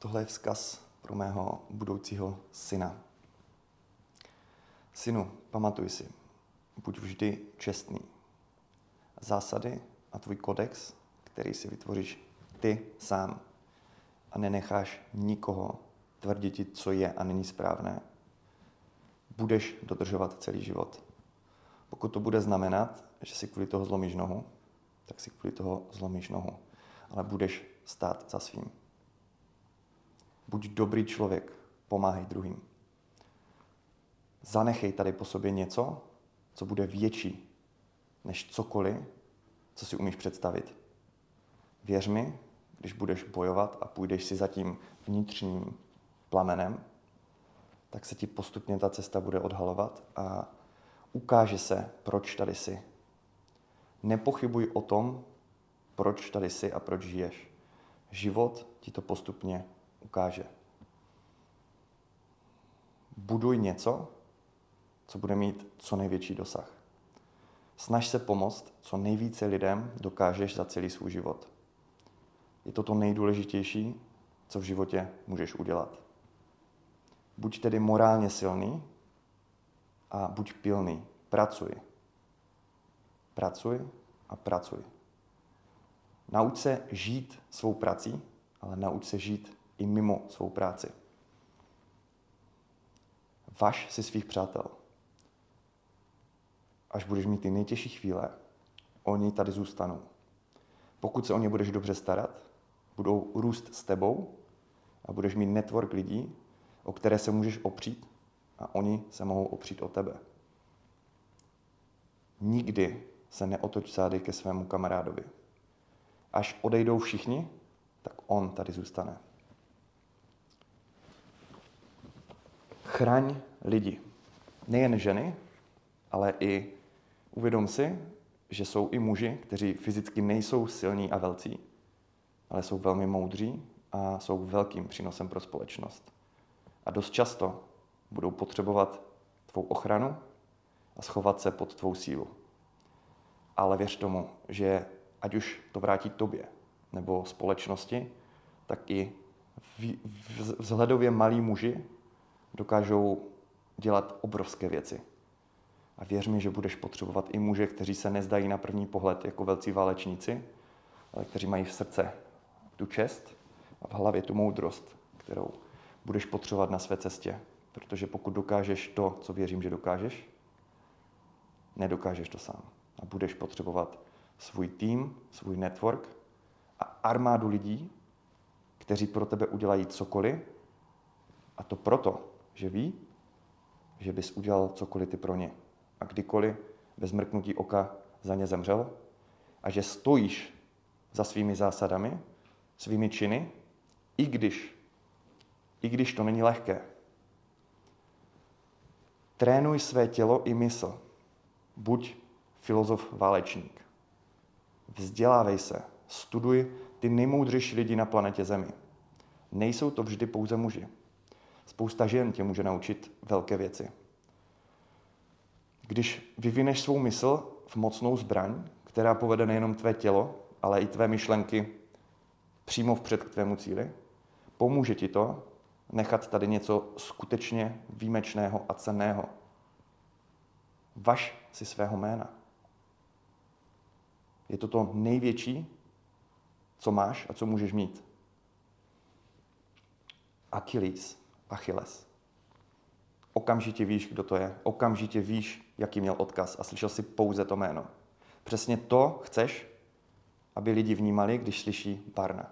Tohle je vzkaz pro mého budoucího syna. Synu, pamatuj si, buď vždy čestný. Zásady a tvůj kodex, který si vytvoříš ty sám a nenecháš nikoho tvrdit ti, co je a není správné, budeš dodržovat celý život. Pokud to bude znamenat, že si kvůli toho zlomíš nohu, tak si kvůli toho zlomíš nohu, ale budeš stát za svým. Buď dobrý člověk, pomáhej druhým. Zanechej tady po sobě něco, co bude větší než cokoliv, co si umíš představit. Věř mi, když budeš bojovat a půjdeš si za tím vnitřním plamenem, tak se ti postupně ta cesta bude odhalovat a ukáže se, proč tady jsi. Nepochybuj o tom, proč tady jsi a proč žiješ. Život ti to postupně ukáže. Buduj něco, co bude mít co největší dosah. Snaž se pomoct co nejvíce lidem dokážeš za celý svůj život. Je to to nejdůležitější, co v životě můžeš udělat. Buď tedy morálně silný a buď pilný. Pracuj. Pracuj a pracuj. Nauč se žít svou prací, ale nauč se žít i mimo svou práci. Važ si svých přátel. Až budeš mít ty nejtěžší chvíle, oni tady zůstanou. Pokud se o ně budeš dobře starat, budou růst s tebou a budeš mít network lidí, o které se můžeš opřít a oni se mohou opřít o tebe. Nikdy se neotoč zády ke svému kamarádovi. Až odejdou všichni, tak on tady zůstane. Chraň lidi. Nejen ženy, ale i uvědom si, že jsou i muži, kteří fyzicky nejsou silní a velcí, ale jsou velmi moudří a jsou velkým přínosem pro společnost. A dost často budou potřebovat tvou ochranu a schovat se pod tvou sílu. Ale věř tomu, že ať už to vrátí tobě nebo společnosti, tak i vzhledově malí muži dokážou dělat obrovské věci. A věř mi, že budeš potřebovat i muže, kteří se nezdají na první pohled jako velcí válečníci, ale kteří mají v srdce tu čest a v hlavě tu moudrost, kterou budeš potřebovat na své cestě. Protože pokud dokážeš to, co věřím, že dokážeš, nedokážeš to sám. A budeš potřebovat svůj tým, svůj network a armádu lidí, kteří pro tebe udělají cokoliv, a to proto, že ví, že bys udělal cokoliv ty pro ně. A kdykoliv bez mrknutí oka za ně zemřel a že stojíš za svými zásadami, svými činy, i když to není lehké. Trénuj své tělo i mysl. Buď filozof válečník. Vzdělávej se, studuj ty nejmoudřejší lidi na planetě Zemi. Nejsou to vždy pouze muži. Spousta žen tě může naučit velké věci. Když vyvineš svou mysl v mocnou zbraň, která povede nejenom tvé tělo, ale i tvé myšlenky přímo vpřed k tvému cíli, pomůže ti to nechat tady něco skutečně výjimečného a cenného. Važ si svého jména. Je to to největší, co máš a co můžeš mít. Achilles. Okamžitě víš, kdo to je. Okamžitě víš, jaký měl odkaz a slyšel si pouze to jméno. Přesně to chceš, aby lidi vnímali, když slyší Barna.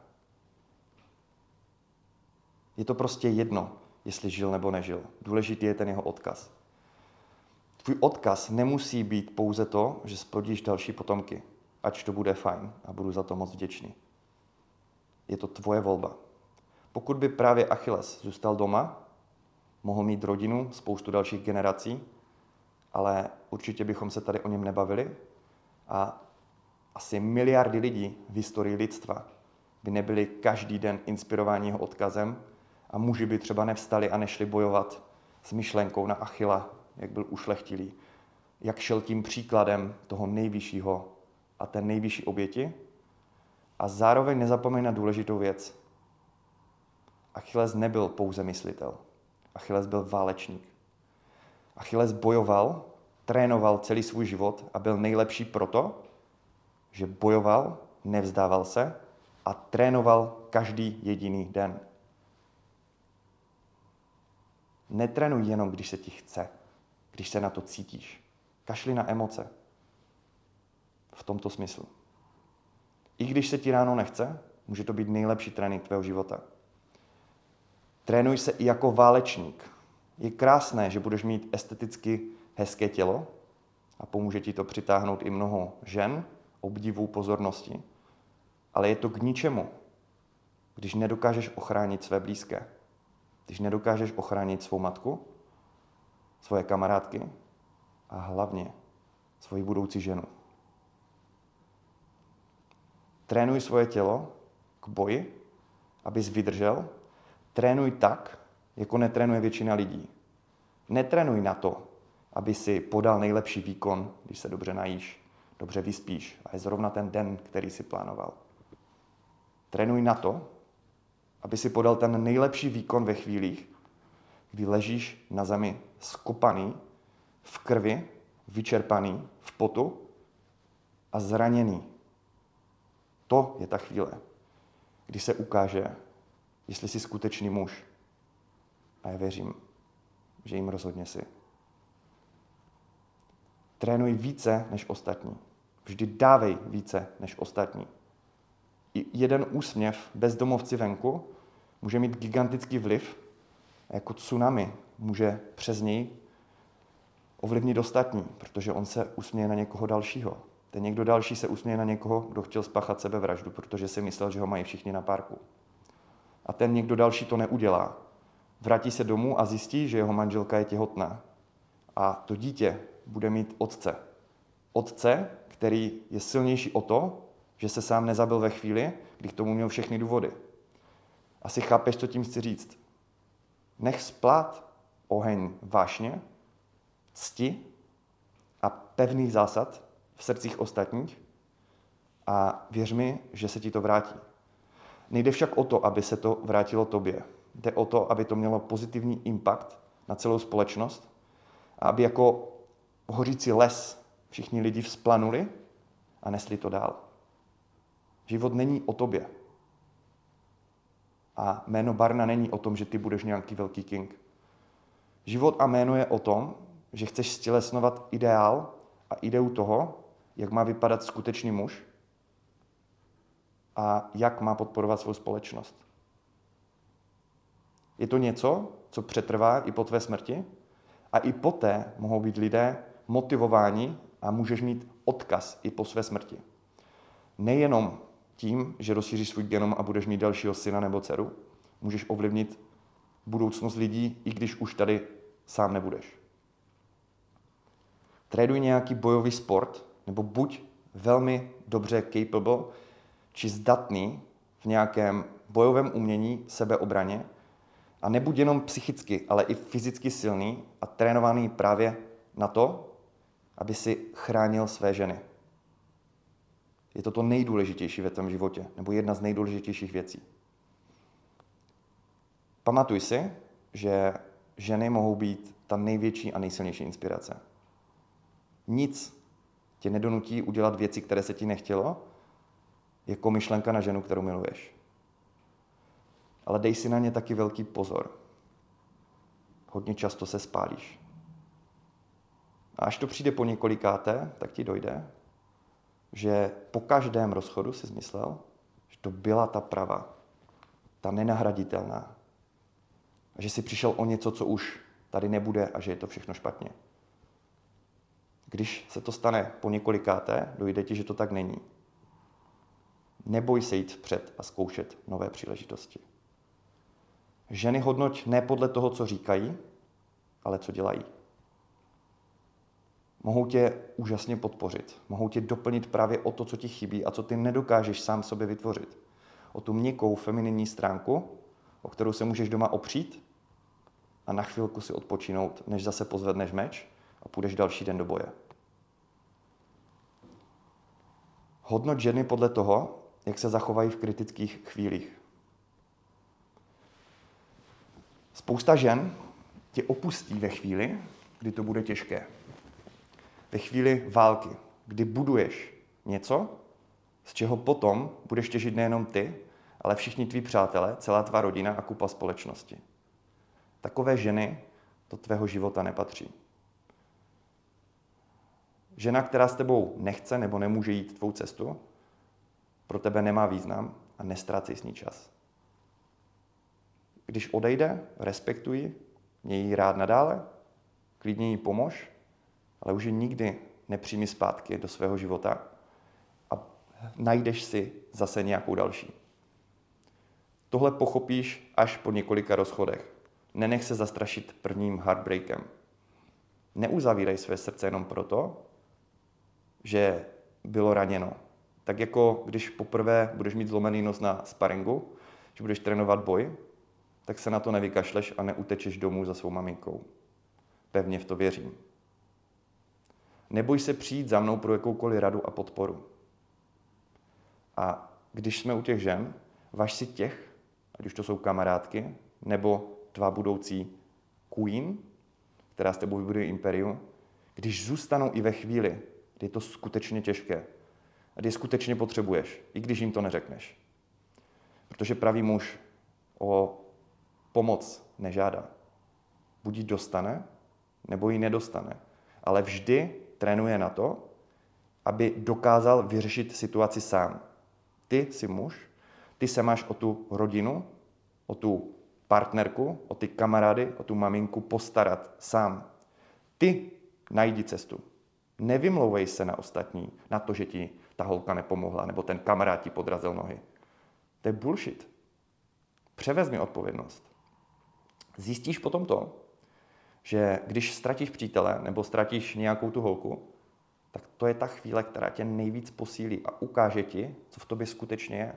Je to prostě jedno, jestli žil nebo nežil. Důležitý je ten jeho odkaz. Tvůj odkaz nemusí být pouze to, že splodíš další potomky, ač to bude fajn a budu za to moc vděčný. Je to tvoje volba. Pokud by právě Achilles zůstal doma, mohl mít rodinu, spoustu dalších generací, ale určitě bychom se tady o něm nebavili a asi miliardy lidí v historii lidstva by nebyli každý den inspirováni jeho odkazem a muži by třeba nevstali a nešli bojovat s myšlenkou na Achilla, jak byl ušlechtilý, jak šel tím příkladem toho nejvyššího a té nejvyšší oběti. A zároveň nezapomeň na důležitou věc. Achilles nebyl pouze myslitel. Achilles byl válečník. Achilles bojoval, trénoval celý svůj život a byl nejlepší proto, že bojoval, nevzdával se a trénoval každý jediný den. Netrénuj jenom, když se ti chce, když se na to cítíš. Kašli na emoce. V tomto smyslu. I když se ti ráno nechce, může to být nejlepší trénink tvého života. Trénuj se i jako válečník. Je krásné, že budeš mít esteticky hezké tělo a pomůže ti to přitáhnout i mnoho žen, obdivu, pozornosti. Ale je to k ničemu, když nedokážeš ochránit své blízké. Když nedokážeš ochránit svou matku, svoje kamarádky a hlavně svoji budoucí ženu. Trénuj svoje tělo k boji, abys vydržel. Trénuj tak, jako netrénuje většina lidí. Netrénuj na to, aby si podal nejlepší výkon, když se dobře najíš, dobře vyspíš a je zrovna ten den, který si plánoval. Trénuj na to, aby si podal ten nejlepší výkon ve chvílích, kdy ležíš na zemi skopaný, v krvi, vyčerpaný, v potu a zraněný. To je ta chvíle, kdy se ukáže, jestli jsi skutečný muž. A já věřím, že jim rozhodně si. Trénuj více než ostatní. Vždy dávej více než ostatní. I jeden úsměv bezdomovci venku může mít gigantický vliv a jako tsunami může přes něj ovlivnit ostatní, protože on se usměje na někoho dalšího. Ten někdo další se usměje na někoho, kdo chtěl spáchat sebevraždu, protože si myslel, že ho mají všichni na parku. A ten někdo další to neudělá. Vrátí se domů a zjistí, že jeho manželka je těhotná. A to dítě bude mít otce. Otce, který je silnější o to, že se sám nezabil ve chvíli, kdy k tomu měl všechny důvody. Asi chápeš, co tím chci říct. Nech splát oheň vášně, cti a pevných zásad v srdcích ostatních a věř mi, že se ti to vrátí. Nejde však o to, aby se to vrátilo tobě. Jde o to, aby to mělo pozitivní impact na celou společnost a aby jako hořící les všichni lidi vzplanuli a nesli to dál. Život není o tobě. A jméno Barna není o tom, že ty budeš nějaký velký king. Život a jméno je o tom, že chceš stělesňovat ideál a ideu toho, jak má vypadat skutečný muž a jak má podporovat svou společnost. Je to něco, co přetrvá i po tvé smrti a i poté mohou být lidé motivováni a můžeš mít odkaz i po své smrti. Nejenom tím, že rozšíříš svůj genom a budeš mít dalšího syna nebo dceru, můžeš ovlivnit budoucnost lidí, i když už tady sám nebudeš. Trénuj nějaký bojový sport, nebo buď velmi dobře capable, či zdatný v nějakém bojovém umění, sebeobraně, a nebuď jenom psychicky, ale i fyzicky silný a trénovaný právě na to, aby si chránil své ženy. Je to to nejdůležitější ve tvém životě, nebo jedna z nejdůležitějších věcí. Pamatuj si, že ženy mohou být ta největší a nejsilnější inspirace. Nic tě nedonutí udělat věci, které se ti nechtělo, jako myšlenka na ženu, kterou miluješ. Ale dej si na ně taky velký pozor. Hodně často se spálíš. A až to přijde po několikáté, tak ti dojde, že po každém rozchodu si myslel, že to byla ta pravá, ta nenahraditelná. A že si přišel o něco, co už tady nebude a že je to všechno špatně. Když se to stane po několikáté, dojde ti, že to tak není. Neboj se jít vpřed a zkoušet nové příležitosti. Ženy hodnoť ne podle toho, co říkají, ale co dělají. Mohou tě úžasně podpořit. Mohou tě doplnit právě o to, co ti chybí a co ty nedokážeš sám sobě vytvořit. O tu měkkou femininní stránku, o kterou se můžeš doma opřít a na chvilku si odpočinout, než zase pozvedneš meč a půjdeš další den do boje. Hodnoť ženy podle toho, jak se zachovají v kritických chvílích. Spousta žen tě opustí ve chvíli, kdy to bude těžké. Ve chvíli války, kdy buduješ něco, z čeho potom budeš těžit nejenom ty, ale všichni tví přátelé, celá tvá rodina a kupa společnosti. Takové ženy do tvého života nepatří. Žena, která s tebou nechce nebo nemůže jít tvou cestu, pro tebe nemá význam a nestrácej s ní čas. Když odejde, respektuj, měj ji rád nadále, klidně jí pomož, ale už ji nikdy nepřijmi zpátky do svého života a najdeš si zase nějakou další. Tohle pochopíš až po několika rozchodech. Nenech se zastrašit prvním heartbreakem. Neuzavírej své srdce jenom proto, že bylo raněno. Tak jako když poprvé budeš mít zlomený nos na sparingu, že budeš trénovat boj, tak se na to nevykašleš a neutečeš domů za svou maminkou. Pevně v to věřím. Neboj se přijít za mnou pro jakoukoliv radu a podporu. A když jsme u těch žen, važ si těch, ať už to jsou kamarádky, nebo tvá budoucí queen, která s tebou vybuduje imperium, když zůstanou i ve chvíli, kdy je to skutečně těžké a kdy je skutečně potřebuješ, i když jim to neřekneš. Protože pravý muž o pomoc nežádá. Buď ji dostane, nebo ji nedostane. Ale vždy trénuje na to, aby dokázal vyřešit situaci sám. Ty jsi muž, ty se máš o tu rodinu, o tu partnerku, o ty kamarády, o tu maminku postarat sám. Ty najdi cestu. Nevymlouvej se na ostatní, na to, že ti ta holka nepomohla, nebo ten kamarád ti podrazil nohy. To je bullshit. Převezmi odpovědnost. Zjistíš potom to, že když ztratíš přítele nebo ztratíš nějakou tu holku, tak to je ta chvíle, která tě nejvíc posílí a ukáže ti, co v tobě skutečně je.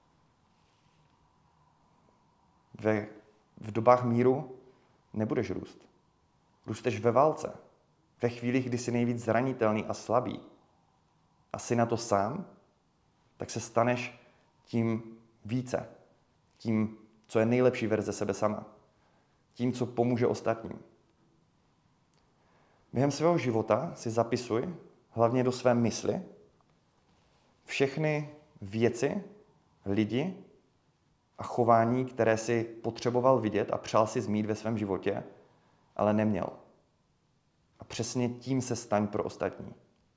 V dobách míru nebudeš růst. Růsteš ve válce. Ve chvílích, kdy jsi nejvíc zranitelný a slabý a jsi na to sám, tak se staneš tím více. Tím, co je nejlepší verze sebe sama. Tím, co pomůže ostatním. Během svého života si zapisuj, hlavně do své mysli, všechny věci, lidi a chování, které si potřeboval vidět a přál si zmít ve svém životě, ale neměl. A přesně tím se staň pro ostatní.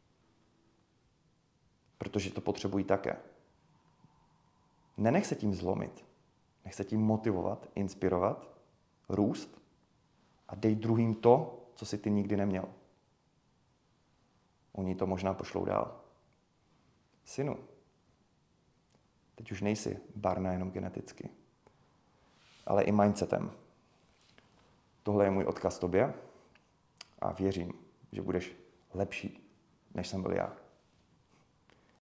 Protože to potřebují také. Nenech se tím zlomit. Nech se tím motivovat, inspirovat, růst a dej druhým to, co si ty nikdy neměl. Oni to možná pošlou dál. Synu, teď už nejsi barna jenom geneticky, ale i mindsetem. Tohle je můj odkaz tobě a věřím, že budeš lepší, než jsem byl já.